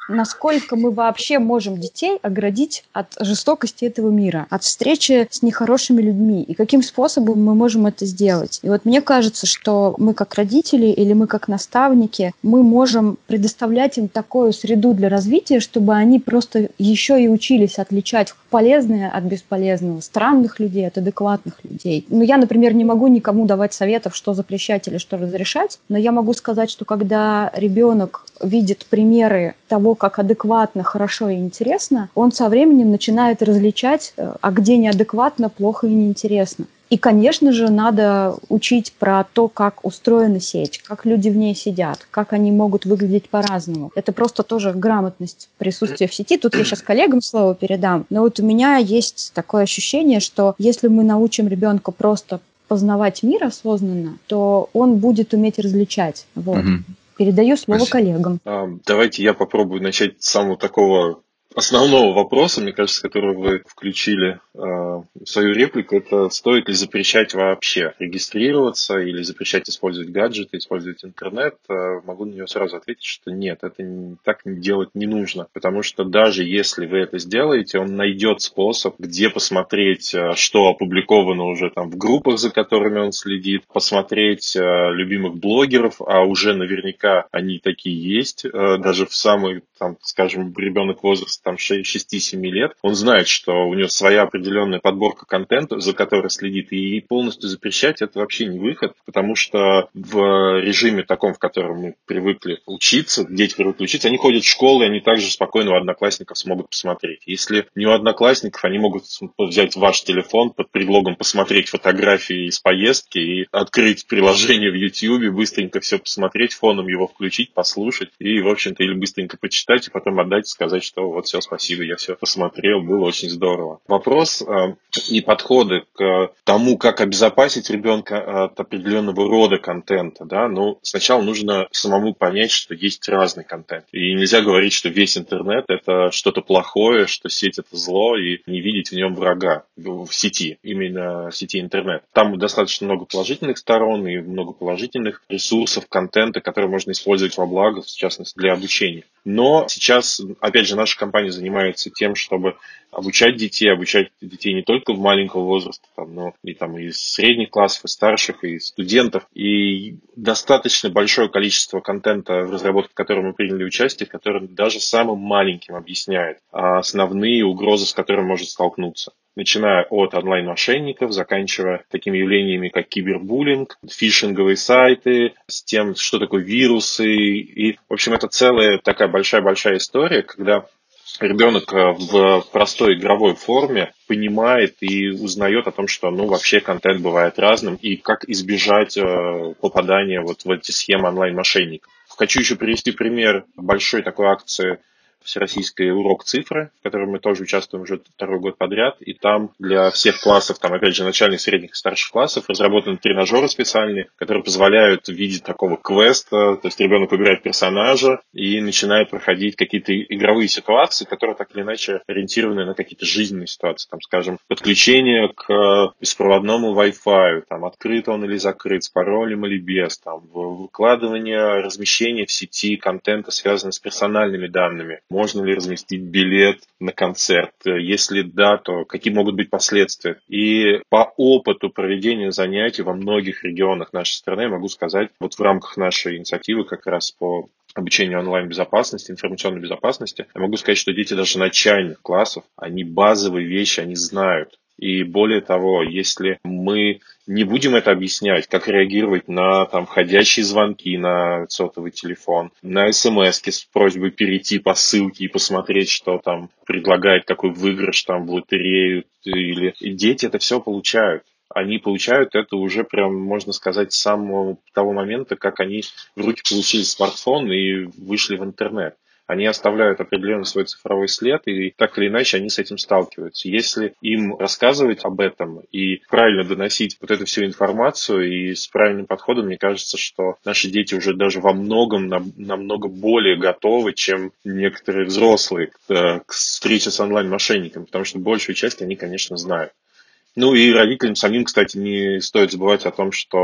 насколько мы вообще можем детей оградить от жестокости этого мира, от встречи с нехорошими людьми, и каким способом мы можем это сделать. И вот мне кажется, что мы как родители или мы как наставники, мы можем предоставлять им такую среду для развития, чтобы они просто еще и учились отличать полезное от бесполезного, странных людей от адекватных людей. Ну, я, например, не могу никому давать советов, что запрещать или что разрешать, но я могу сказать, что когда ребенок видит примеры того, как адекватно, хорошо и интересно, он со временем начинает различать, а где неадекватно, плохо и неинтересно. И, конечно же, надо учить про то, как устроена сеть, как люди в ней сидят, как они могут выглядеть по-разному. Это просто тоже грамотность присутствия в сети. Тут я сейчас коллегам слово передам. Но вот у меня есть такое ощущение, что если мы научим ребенка просто познавать мир осознанно, то он будет уметь различать. Вот. Передаю слово коллегам. Давайте я попробую начать с самого такого основного вопроса, мне кажется, который вы включили в свою реплику, это стоит ли запрещать вообще регистрироваться или запрещать использовать гаджеты, использовать интернет. Могу на нее сразу ответить, что нет, это так делать не нужно, потому что даже если вы это сделаете, он найдет способ, где посмотреть, что опубликовано уже там в группах, за которыми он следит, посмотреть любимых блогеров, а уже наверняка они такие есть, даже в самый, там, скажем, ребенок возраста там 6-7 лет, он знает, что у него своя определенная подборка контента, за которой следит, и полностью запрещать это вообще не выход, потому что в режиме таком, в котором мы привыкли учиться, дети привыкли учиться, они ходят в школу, и они также спокойно у одноклассников смогут посмотреть. Если не у одноклассников, они могут взять ваш телефон под предлогом посмотреть фотографии из поездки и открыть приложение в YouTube, быстренько все посмотреть, фоном его включить, послушать и, в общем-то, или быстренько почитать, и потом отдать, сказать, что вот все, спасибо, я все посмотрел, было очень здорово. Вопрос и подходы к тому, как обезопасить ребенка от определенного рода контента, да, ну, сначала нужно самому понять, что есть разный контент. И нельзя говорить, что весь интернет это что-то плохое, что сеть это зло, и не видеть в нем врага в сети, именно в сети интернет. Там достаточно много положительных сторон и много положительных ресурсов, контента, которые можно использовать во благо, в частности, для обучения. Но сейчас, опять же, наша компания занимается тем, чтобы обучать детей не только в маленького возраста, но и из средних классов, и старших, и студентов. И достаточно большое количество контента, в разработке которого мы приняли участие, который даже самым маленьким объясняет основные угрозы, с которыми может столкнуться. Начиная от онлайн-мошенников, заканчивая такими явлениями, как кибербуллинг, фишинговые сайты, с тем, что такое вирусы. И, в общем, это целая такая большая-большая история, когда ребенок в простой игровой форме понимает и узнает о том, что вообще контент бывает разным, и как избежать попадания в эти схемы онлайн-мошенников. Хочу еще привести пример большой такой акции всероссийской «Урок цифры», в которой мы тоже участвуем уже второй год подряд. И там для всех классов, опять же, начальных, средних и старших классов разработаны тренажеры специальные, которые позволяют в виде такого квеста, то есть ребенок выбирает персонажа и начинает проходить какие-то игровые ситуации, которые так или иначе ориентированы на какие-то жизненные ситуации. Скажем, подключение к беспроводному Wi-Fi, открыт он или закрыт, с паролем или без, выкладывание, размещение в сети контента, связанного с персональными данными. Можно ли разместить билет на концерт? Если да, то какие могут быть последствия? И по опыту проведения занятий во многих регионах нашей страны, я могу сказать, в рамках нашей инициативы как раз по обучению онлайн-безопасности, информационной безопасности, я могу сказать, что дети даже начальных классов, они базовые вещи, они знают. И более того, если мы не будем это объяснять, как реагировать на входящие звонки на сотовый телефон, на смс-ки с просьбой перейти по ссылке и посмотреть, что предлагает, какой выигрыш в лотерею, или дети это все получают. Они получают это уже прям, можно сказать, с самого того момента, как они в руки получили смартфон и вышли в интернет. Они оставляют определенный свой цифровой след, и так или иначе они с этим сталкиваются. Если им рассказывать об этом и правильно доносить эту всю информацию и с правильным подходом, мне кажется, что наши дети уже даже во многом намного более готовы, чем некоторые взрослые к встрече с онлайн-мошенниками, потому что большую часть они, конечно, знают. И родителям самим, кстати, не стоит забывать о том, что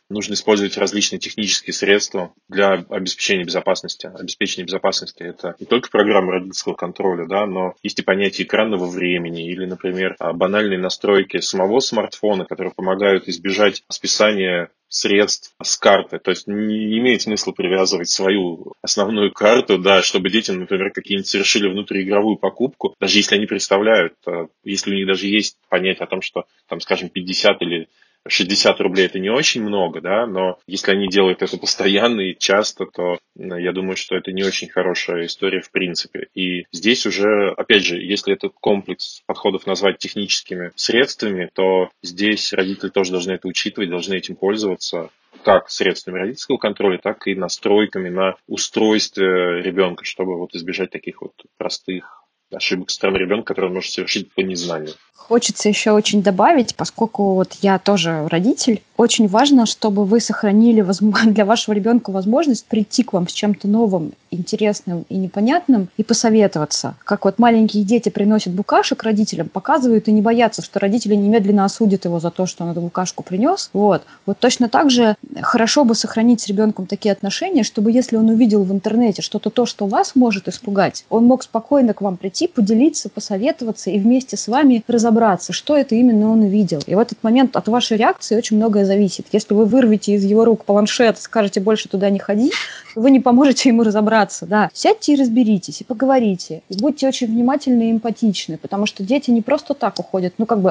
нужно использовать различные технические средства для обеспечения безопасности. Обеспечение безопасности – это не только программа родительского контроля, да, но есть и понятие экранного времени или, например, банальные настройки самого смартфона, которые помогают избежать списания средств с карты. То есть не имеет смысла привязывать свою основную карту, да, чтобы дети, например, какие-нибудь совершили внутриигровую покупку, даже если они представляют, если у них даже есть понятие о том, что, там, скажем, 50 или 60 рублей это не очень много, да, но если они делают это постоянно и часто, то я думаю, что это не очень хорошая история в принципе. И здесь уже, опять же, если этот комплекс подходов назвать техническими средствами, то здесь родители тоже должны это учитывать, должны этим пользоваться как средствами родительского контроля, так и настройками на устройстве ребенка, чтобы вот избежать таких вот простых ошибок со стороны ребенка, который он может совершить по незнанию. Хочется еще очень добавить, поскольку вот я тоже родитель, очень важно, чтобы вы сохранили для вашего ребенка возможность прийти к вам с чем-то новым, интересным и непонятным и посоветоваться. Как вот маленькие дети приносят букашек родителям, показывают и не боятся, что родители немедленно осудят его за то, что он эту букашку принес. Вот точно так же хорошо бы сохранить с ребенком такие отношения, чтобы если он увидел в интернете что-то то, что вас может испугать, он мог спокойно к вам прийти, поделиться, посоветоваться и вместе с вами разобраться, что это именно он увидел. И в этот момент от вашей реакции очень многое зависит. Если вы вырвете из его рук планшет и скажете «больше туда не ходи», вы не поможете ему разобраться. Да. Сядьте и разберитесь, и поговорите. И будьте очень внимательны и эмпатичны, потому что дети не просто так уходят.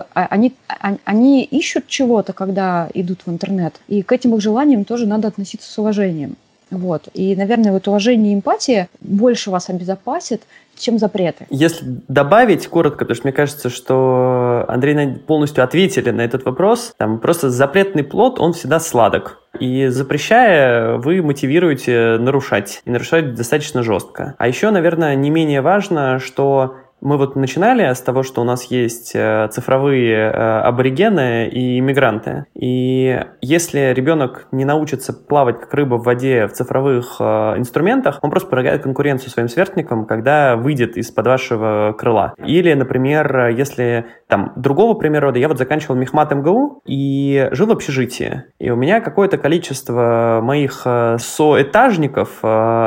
Они ищут чего-то, когда идут в интернет. И к этим их желаниям тоже надо относиться с уважением. Вот. И, наверное, вот уважение и эмпатия больше вас обезопасит, чем запреты. Если добавить коротко, потому что мне кажется, что Андрей полностью ответили на этот вопрос, там просто запретный плод, он всегда сладок. И запрещая, вы мотивируете нарушать. И нарушать достаточно жестко. А еще, наверное, не менее важно, что мы вот начинали с того, что у нас есть цифровые аборигены и иммигранты. И если ребенок не научится плавать как рыба в воде в цифровых инструментах, он просто проиграет конкуренцию своим сверстникам, когда выйдет из-под вашего крыла. Или, например, если там другого примера рода, я вот заканчивал мехмат МГУ и жил в общежитии. И у меня какое-то количество моих соэтажников,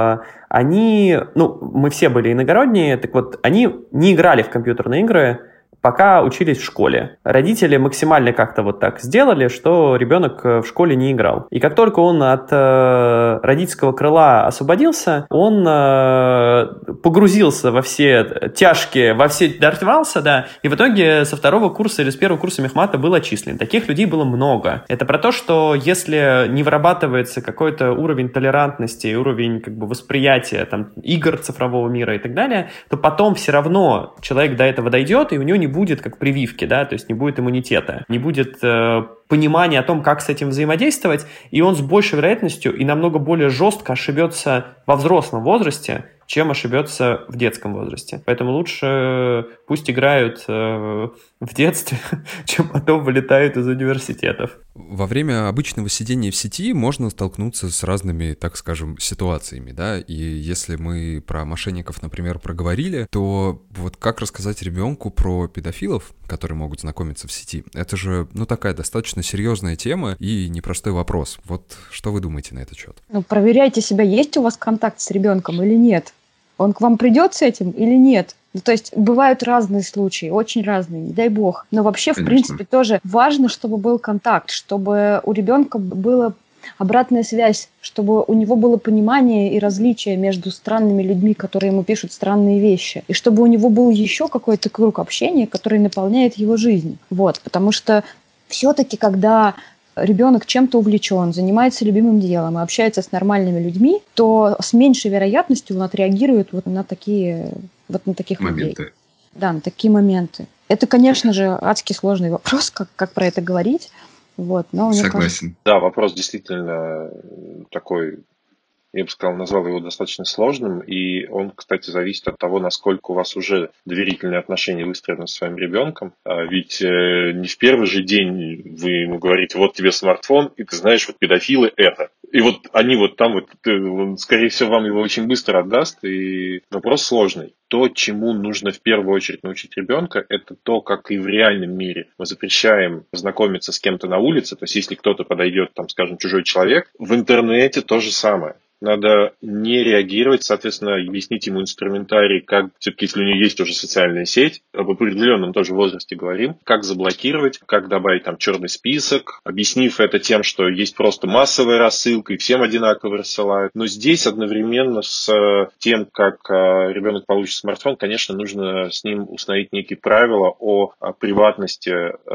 мы все были иногородние, так вот, они не играли в компьютерные игры, пока учились в школе. Родители максимально как-то вот так сделали, что ребенок в школе не играл. И как только он от родительского крыла освободился, он погрузился во все тяжкие, дорвался, да, и в итоге со второго курса или с первого курса мехмата был отчислен. Таких людей было много. Это про то, что если не вырабатывается какой-то уровень толерантности, уровень как бы восприятия там, игр цифрового мира и так далее, то потом все равно человек до этого дойдет, и у него не будет как прививки, да, то есть не будет иммунитета, не будет понимания о том, как с этим взаимодействовать, и он с большей вероятностью и намного более жестко ошибется во взрослом возрасте, чем ошибется в детском возрасте. Поэтому лучше пусть играют в детстве, чем потом вылетают из университетов. Во время обычного сидения в сети можно столкнуться с разными, так скажем, ситуациями, да, и если мы про мошенников, например, проговорили, то вот как рассказать ребенку про педофилов, которые могут знакомиться в сети? Это же, такая достаточно серьезная тема и непростой вопрос. Вот что вы думаете на этот счет? Проверяйте себя, есть у вас контакт с ребенком или нет. Он к вам придет с этим или нет? То есть бывают разные случаи, очень разные, не дай бог. Но вообще, в принципе, тоже важно, чтобы был контакт, чтобы у ребенка была обратная связь, чтобы у него было понимание и различие между странными людьми, которые ему пишут странные вещи, и чтобы у него был еще какой-то круг общения, который наполняет его жизнь. Вот, потому что все-таки, когда ребенок чем-то увлечен, занимается любимым делом и общается с нормальными людьми, то с меньшей вероятностью он отреагирует на таких моменты. людей. Да, на такие моменты. Это, конечно же, адски сложный вопрос, как про это говорить. Вот, но согласен. Да, вопрос действительно такой, я бы сказал, назвал его достаточно сложным, и он, кстати, зависит от того, насколько у вас уже доверительные отношения выстроены с своим ребенком. Ведь не в первый же день вы ему говорите, вот тебе смартфон, и ты знаешь, вот педофилы это. И вот они вот там вот, он, скорее всего, вам его очень быстро отдаст, и вопрос сложный. То, чему нужно в первую очередь научить ребенка, это то, как и в реальном мире мы запрещаем знакомиться с кем-то на улице. То есть, если кто-то подойдет, там, скажем, чужой человек, в интернете то же самое. Надо не реагировать, соответственно, объяснить ему инструментарий, как, все-таки, если у него есть уже социальная сеть, об определенном тоже возрасте говорим, как заблокировать, как добавить там черный список, объяснив это тем, что есть просто массовая рассылка и всем одинаково рассылают. Но здесь одновременно с тем, как ребенок получит смартфон, конечно, нужно с ним установить некие правила о приватности,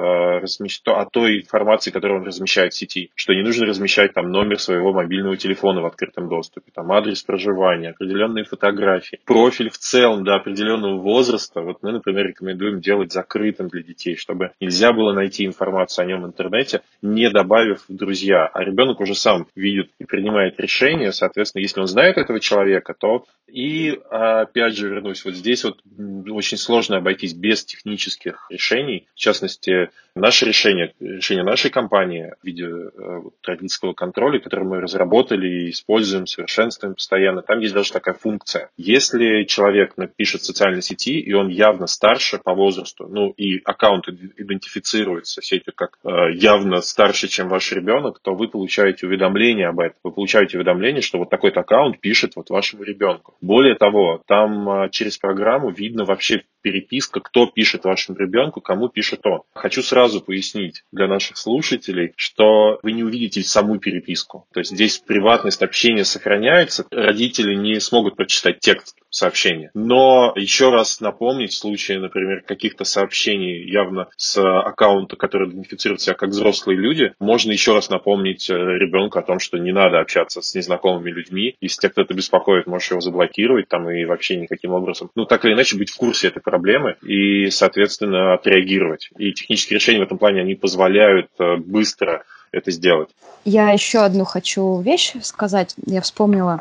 о той информации, которую он размещает в сети, что не нужно размещать там номер своего мобильного телефона в открытом доступе, там адрес проживания, определенные фотографии, профиль в целом до определенного возраста. Вот мы, например, рекомендуем делать закрытым для детей, чтобы нельзя было найти информацию о нем в интернете, не добавив в друзья. А ребенок уже сам видит и принимает решение, соответственно, если он знает этого человека, то и, опять же, вернусь, вот здесь вот очень сложно обойтись без технических решений. В частности, наше решение нашей компании в виде родительского контроля, который мы разработали и используем, совершенствуем постоянно, там есть даже такая функция. Если человек напишет в социальной сети, и он явно старше по возрасту, ну и аккаунт идентифицируется сетью как явно старше, чем ваш ребенок, то вы получаете уведомление об этом. Вы получаете уведомление, что вот такой-то аккаунт пишет вот вашему ребенку. Более того, там через программу видно вообще переписка, кто пишет вашему ребенку, кому пишет он. Хочу сразу пояснить для наших слушателей, что вы не увидите саму переписку. То есть здесь приватность общения сохраняется, родители не смогут прочитать текст сообщения. Но еще раз напомнить в случае, например, каких-то сообщений явно с аккаунта, который идентифицирует себя как взрослые люди, можно еще раз напомнить ребенку о том, что не надо общаться с незнакомыми людьми. Если тебя кто-то беспокоит, можешь его заблокировать там и вообще никаким образом. Ну, так или иначе, быть в курсе этой проблемы и, соответственно, отреагировать. И технические решения в этом плане, они позволяют быстро это сделать. Я еще одну хочу вещь сказать. Я вспомнила.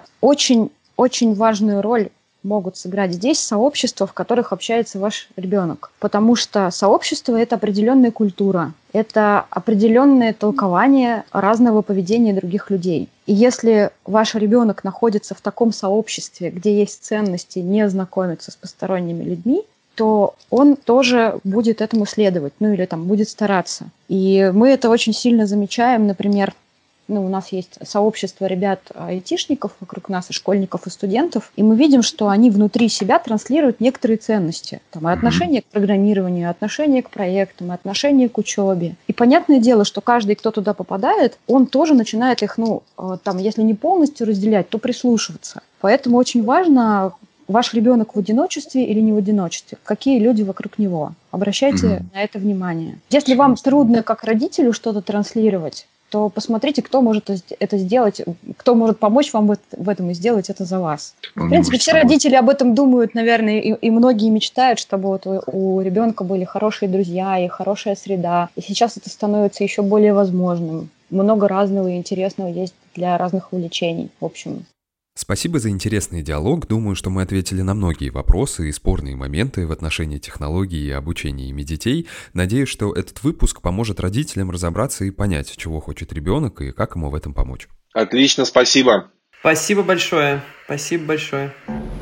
Очень важную роль могут сыграть здесь сообщества, в которых общается ваш ребенок. Потому что сообщество – это определенная культура, это определенное толкование разного поведения других людей. И если ваш ребенок находится в таком сообществе, где есть ценности не знакомиться с посторонними людьми, то он тоже будет этому следовать, ну или там будет стараться. И мы это очень сильно замечаем, например, у нас есть сообщество ребят-айтишников вокруг нас, и школьников, и студентов, и мы видим, что они внутри себя транслируют некоторые ценности. Там, и отношение к программированию, и отношение к проектам, и отношение к учебе. И понятное дело, что каждый, кто туда попадает, он тоже начинает их, если не полностью разделять, то прислушиваться. Поэтому очень важно, ваш ребенок в одиночестве или не в одиночестве, какие люди вокруг него. Обращайте на это внимание. Если вам трудно как родителю что-то транслировать, то посмотрите, кто может это сделать, кто может помочь вам в этом и сделать это за вас. В принципе, все родители об этом думают, наверное, и многие мечтают, чтобы вот у ребенка были хорошие друзья и хорошая среда. И сейчас это становится еще более возможным. Много разного и интересного есть для разных увлечений, в общем. Спасибо за интересный диалог. Думаю, что мы ответили на многие вопросы и спорные моменты в отношении технологий и обучения ими детей. Надеюсь, что этот выпуск поможет родителям разобраться и понять, чего хочет ребенок и как ему в этом помочь. Отлично, спасибо. Спасибо большое. Спасибо большое.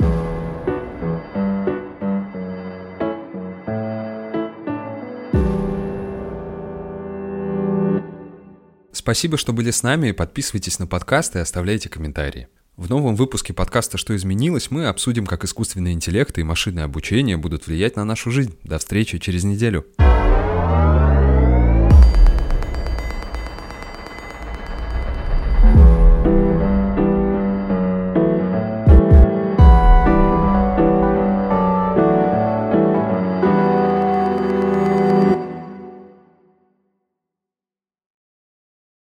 Спасибо, что были с нами. Подписывайтесь на подкаст и оставляйте комментарии. В новом выпуске подкаста «Что изменилось» мы обсудим, как искусственный интеллект и машинное обучение будут влиять на нашу жизнь. До встречи через неделю.